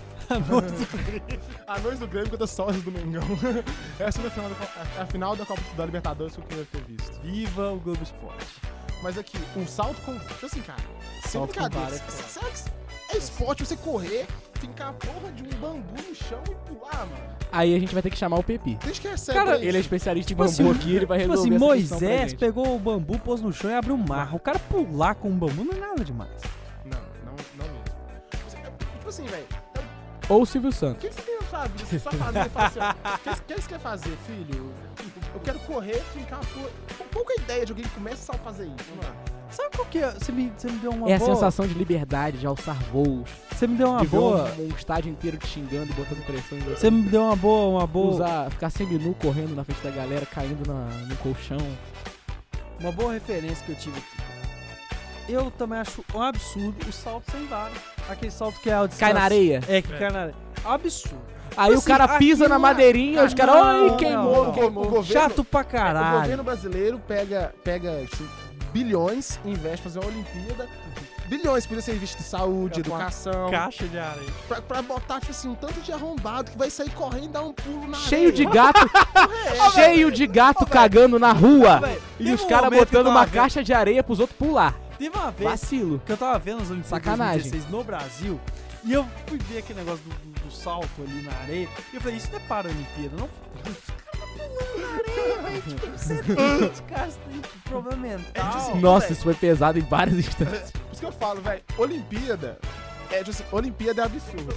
Anões do Grêmio contra sócios do Mengão. Essa foi a final, da, a final da Copa da Libertadores que eu queria ter visto. Viva o Globo Esporte. Mas aqui, um salto com... Tipo assim, cara, sem Salto com brincadeira. vara é foda. Será que é esporte você correr, fincar a porra de um bambu no chão e pular, mano? Aí a gente vai ter que chamar o Pepi. Desde que é sério Cara, isso. Ele é especialista Tipo em bambu assim, aqui, ele vai Tipo resolver assim, essa questão pra Moisés gente. pegou o bambu, pôs no chão e abriu o mar. O cara pular com um bambu não é nada demais. Não, não, não mesmo. Você- é, Tipo assim, velho, Ou o Silvio o Santos. que que você tem na sua vida? Se sua família fala assim, ó, o que, que você quer fazer, filho? Eu quero correr, fincar a porra... Qual que é a ideia de alguém que começa a fazer isso, mano? Sabe qual que é? Você me, você me deu uma É a boa... sensação de liberdade, de alçar voos, Você me deu uma de ver boa... um, um estádio inteiro te xingando e botando pressão em você. Você me deu uma boa, uma boa... Usar, ficar seminu correndo na frente da galera, caindo na, no colchão. Uma boa referência que eu tive aqui. Eu também acho um absurdo o salto sem vara. Aquele salto que é a Cai na areia. É, que cai na areia. Absurdo. Aí Assim, o cara pisa aquilo na é- madeirinha, os caras, Não, ai, não, queimou, não. queimou. O governo- Chato pra O caralho. governo brasileiro pega, pega tipo, bilhões e investe pra fazer uma Olimpíada. Bilhões podia ser investido em saúde, É uma educação. Caixa de areia. Pra, pra botar, tipo assim, um tanto de arrombado que vai sair correndo e dar um pulo na Cheio de areia. gato, cheio de gato cagando na rua. Velho, E teve os um caras momento que eu botando tava uma vendo- caixa de areia pros outros pular. Teve uma vez Vacilo. que eu tava vendo as Olimpíadas Sacanagem. dois mil e dezesseis no Brasil e eu fui ver aquele negócio do, do- do salto ali na areia e eu falei, isso não é para a Olimpíada, não? Os caras tá pulando na areia, velho, tipo, você tem, os caras têm problema mental. É, tipo assim, Nossa, velho. isso foi pesado em várias instâncias. Por isso que eu falo, velho, Olimpíada. É, tipo assim, Olimpíada é absurdo.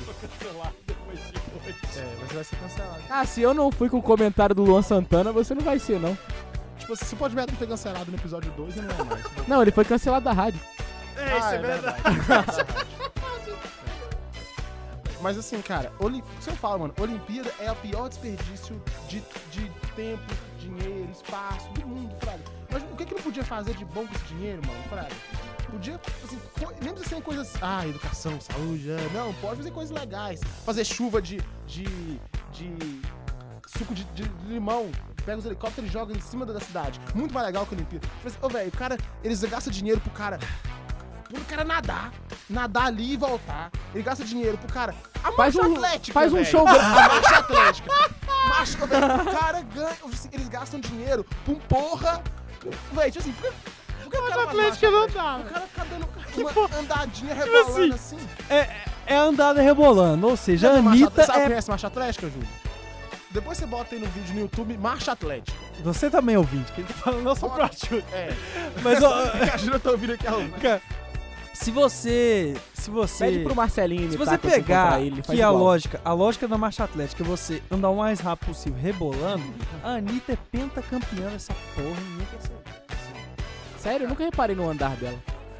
É, você vai ser cancelado. Ah, se eu não fui com o comentário do Luan Santana, você não vai ser, não. Tipo assim, se o Podmedo foi cancelado no episódio dois, ele não é mais. Não, ele foi cancelado da rádio. É, isso Ah, é, é verdade. Mas assim, cara, Olim... se eu falo, mano, Olimpíada é o pior desperdício de, de tempo, dinheiro, espaço do mundo, Fraga. Mas o que que não podia fazer de bom com esse dinheiro, mano, Fraga? Podia, assim, co... nem precisa ser coisas, ah, educação, saúde, é. Não, pode fazer coisas legais. Fazer chuva de, de, de suco de, de limão. Pega os helicópteros e joga em cima da cidade. Muito mais legal que a Olimpíada. Tipo assim, ô, velho, o cara, eles gastam dinheiro pro cara... Pro cara nadar, nadar ali e voltar. Ele gasta dinheiro pro cara. A Faz marcha um- atlética, faz um velho. show- A marcha atlética. Marcha, velho, o cara ganha. Eles gastam dinheiro pra um porra. Velho, tipo assim, por que, por que o cara faz atlética marcha não atlética? dá, O cara fica dando uma porra? andadinha Tipo rebolando assim. É andada rebolando, ou seja, a Já viu marcha Anitta atlética? Sabe, é... conhece marcha atlética, Júlio? Depois você bota aí no vídeo no YouTube, marcha atlética. Você também é ouvinte, que ele tá falando não só pra Júlio. É. Mas, ó, A Júlia tá ouvindo aqui a cara, se você... Se você... Pede pro Marcelinho Se imitar você quando você pegar encontrar ele, ele faz que a igual. lógica, a lógica da marcha atlética é você andar o mais rápido possível rebolando, a Anitta é pentacampeã dessa porra, ninguém percebe. Sério, eu nunca reparei no andar dela.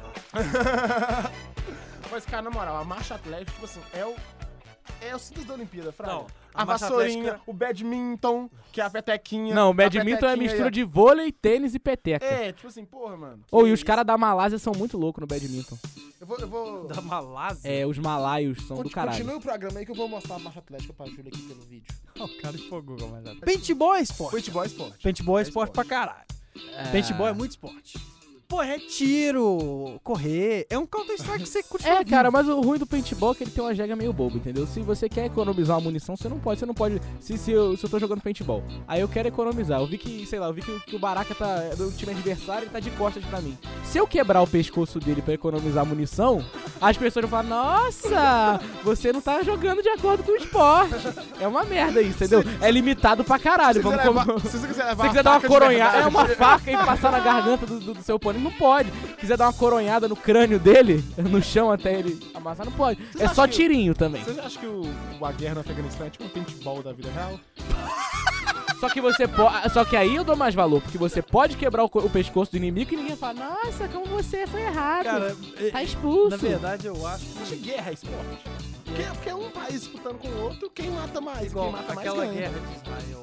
Mas, cara, na moral, a marcha atlética, tipo assim, é o. É o símbolo da Olimpíada, Fraga. Não, A, a marcha vassourinha, atlética- o badminton, que é a petequinha. Não, o a badminton é a petequinha mistura e a- de vôlei, tênis e peteca. É, tipo assim, porra, mano. Ou que e os isso? caras da Malásia são muito loucos no badminton. Eu vou. Eu vou... Da Malásia? É, os malaios são do Conti- caralho. Continue o programa aí que eu vou mostrar a marcha atlética pra Júlia aqui pelo vídeo. O cara empolgou com a marcha atlética. Paintball é esporte. Paintball é esporte. Paintball é É esporte pra caralho. Ah. Paintball é muito esporte. Pô, é tiro, correr. É um Counter-Strike que você continua É, cara, mas o ruim do paintball é que ele tem uma jega meio boba, entendeu? Se você quer economizar uma munição, você não pode, você não pode. Se, se, eu, se eu tô jogando paintball, aí eu quero economizar. Eu vi que, sei lá, eu vi que, o- que o Baraka tá do time adversário e tá de costas pra mim. Se eu quebrar o pescoço dele pra economizar munição, as pessoas vão falar, nossa, você não tá jogando de acordo com o esporte. É uma merda isso, entendeu? É limitado pra caralho. Se você Vamos quiser levar- como- se você quiser Se levar você quiser a dar uma faca de coronhada, é verdade- uma faca e passar na garganta do, do- do seu oponente, Não pode. Quiser dar uma coronhada no crânio dele, no chão até ele amassar, não pode. Vocês É acham só que- tirinho também. Vocês acham que o, o- a guerra no Afeganistão é tipo um paintball da vida real? Só que você pode. Só que aí eu dou mais valor, porque você pode quebrar o, co- o pescoço do inimigo e ninguém fala, nossa, como você foi errado. Cara, tá é- expulso. na verdade eu acho Acho que guerra é esporte. Porque, porque é um país disputando com o outro, quem mata mais, igual quem mata mais aquela ganha. guerra de Israel.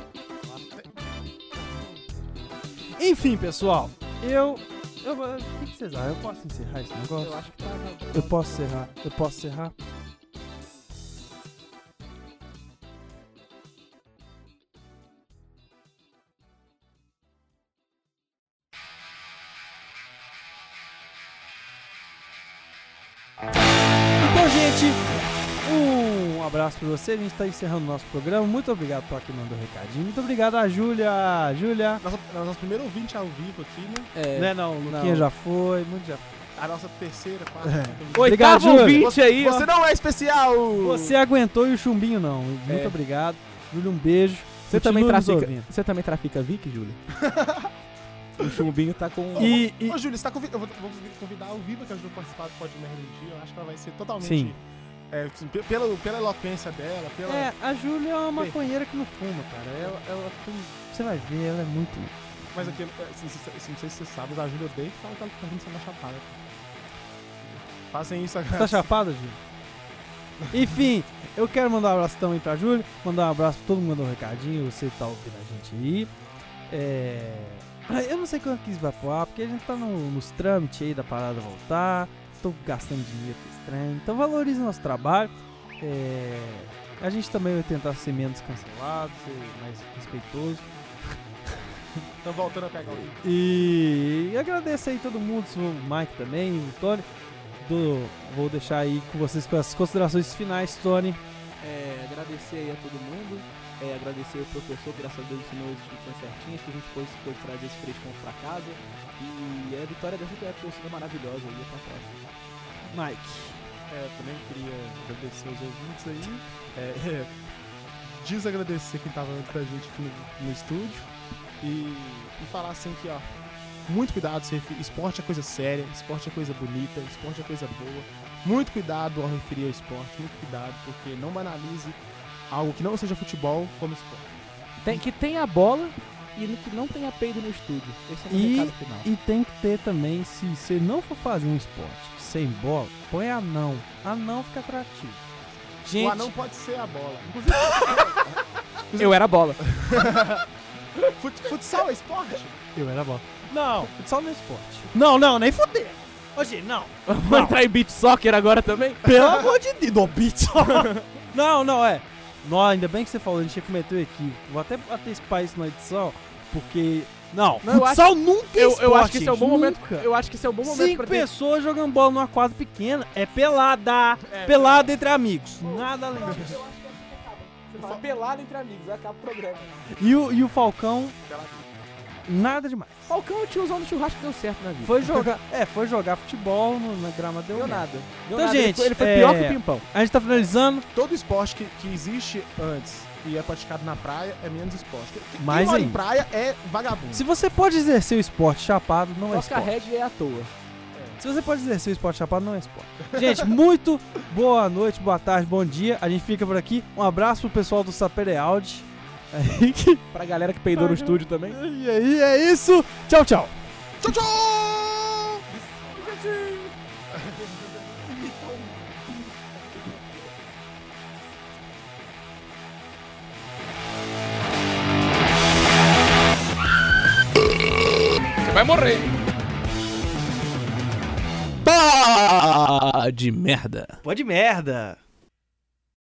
Enfim, pessoal, eu... eu vou- o que que vocês acham? Eu posso encerrar esse negócio? Eu acho que tá. Eu posso encerrar? Eu posso encerrar? Então, gente, um abraço pra você. A gente tá encerrando o nosso programa. Muito obrigado por quem mandou o recadinho. Muito obrigado a Júlia. Júlia. Nossa, nosso primeiro ouvinte ao vivo aqui, né? É. Né, não, o Luquinha já foi. Muito já foi. A nossa terceira, quarta. É. quinta, Obrigado, Oitavo Júlia. ouvinte aí. Você não é especial! Você aguentou e o chumbinho não. Muito É. obrigado. Júlia, um beijo. Você também, Continue nos trafica, ouvindo. você também trafica Vic, Júlio? O chumbinho tá com... E, e- Ô, Júlio, você tá convid... eu vou, vou convidar a Viva, que ajudou a participar do Pode Merda do Dia. Eu acho que ela vai ser totalmente... Sim. É, assim, pe- pela, pela eloquência dela, pela... é, a Júlia é uma maconheira que não fuma, cara. Ela, ela tem... Você vai ver, ela é muito... Mas aqui, assim, assim, assim, não sei se você sabe, mas a Júlia odeia que fala que ela tá rindo sendo chapada. Façam isso Você tá agora. chapada, Júlia? Enfim, eu quero mandar um abraço também pra Júlia. Mandar um abraço pra todo mundo que mandou um recadinho. Você que tá ouvindo a gente aí. É... Eu não sei quando que isso vai pro ar, porque a gente tá no- nos trâmites aí da parada voltar. Tô gastando dinheiro com esse trem. Então valorize o nosso trabalho. É... A gente também vai tentar ser menos cancelado, ser mais respeitoso. Estão voltando a pegar o livro. E agradeço aí todo mundo, o Mike também, o Tony. Do, vou deixar aí com vocês com as considerações finais, Tony. É, agradecer aí a todo mundo, é, agradecer o professor, que graças a Deus ensinou as instruções certinhas, que a gente pôde, pôde trazer esse frescão pra casa. E a vitória dessa torcida maravilhosa aí pra próxima. Mike. É, também queria agradecer os ouvintes aí. É, é, desagradecer quem tava antes da gente aqui no, no estúdio. E, e falar assim que, ó, muito cuidado, se refer- esporte é coisa séria, esporte é coisa bonita, esporte é coisa boa. Muito cuidado ao referir ao esporte, muito cuidado, porque não banalize algo que não seja futebol como esporte. Tem, que tenha a bola e no- que não tenha peido no estúdio. Esse é o meu E, recado final. e tem que ter também, se você não for fazer um esporte sem bola, põe anão. Anão fica atrativo. Gente, O anão pode ser a bola. Inclusive, Eu era a bola. fut- futsal é esporte? eu era bola. Não, futsal não é esporte. Não, não, nem fuder. Ô, gente, não. Vou entrar em beach soccer agora também? Pelo amor de Deus, no beat só. Não, não, é. Não, ainda bem que você falou, a gente cometeu equívoco. Vou até bater esse país na edição, porque... Não, Não, eu futsal nunca é Eu, esporte, eu acho que esse é um bom gente, momento. nunca. Eu acho que esse é um bom momento Cinco pra ter. pessoas jogando bola numa quadra pequena é pelada. É, pelada entre amigos. Nada além disso. Você fala pelado entre amigos, acaba o programa. E o, e o Falcão, nada demais. Falcão, o tiozão do churrasco deu certo na vida. Foi jogar, é, foi jogar futebol no- na grama, deu, Deu merda. nada. Deu Então, nada. gente, ele foi, ele foi é, pior que o Pimpão. A gente tá finalizando. Todo esporte que, que existe antes e é praticado na praia é menos esporte. Quem Mais mora em ainda. praia é vagabundo. Se você pode exercer o esporte chapado, não é Oscar esporte. Red é à toa. Se você pode exercer o esporte chapado, não é esporte. Gente, muito boa noite, boa tarde, bom dia. A gente fica por aqui. Um abraço pro pessoal do Sapere Audi. Aí que- Pra galera que peidou no estúdio também. E aí, é isso. Tchau, tchau. Tchau, tchau! Você vai morrer. Pá de merda. Pode merda.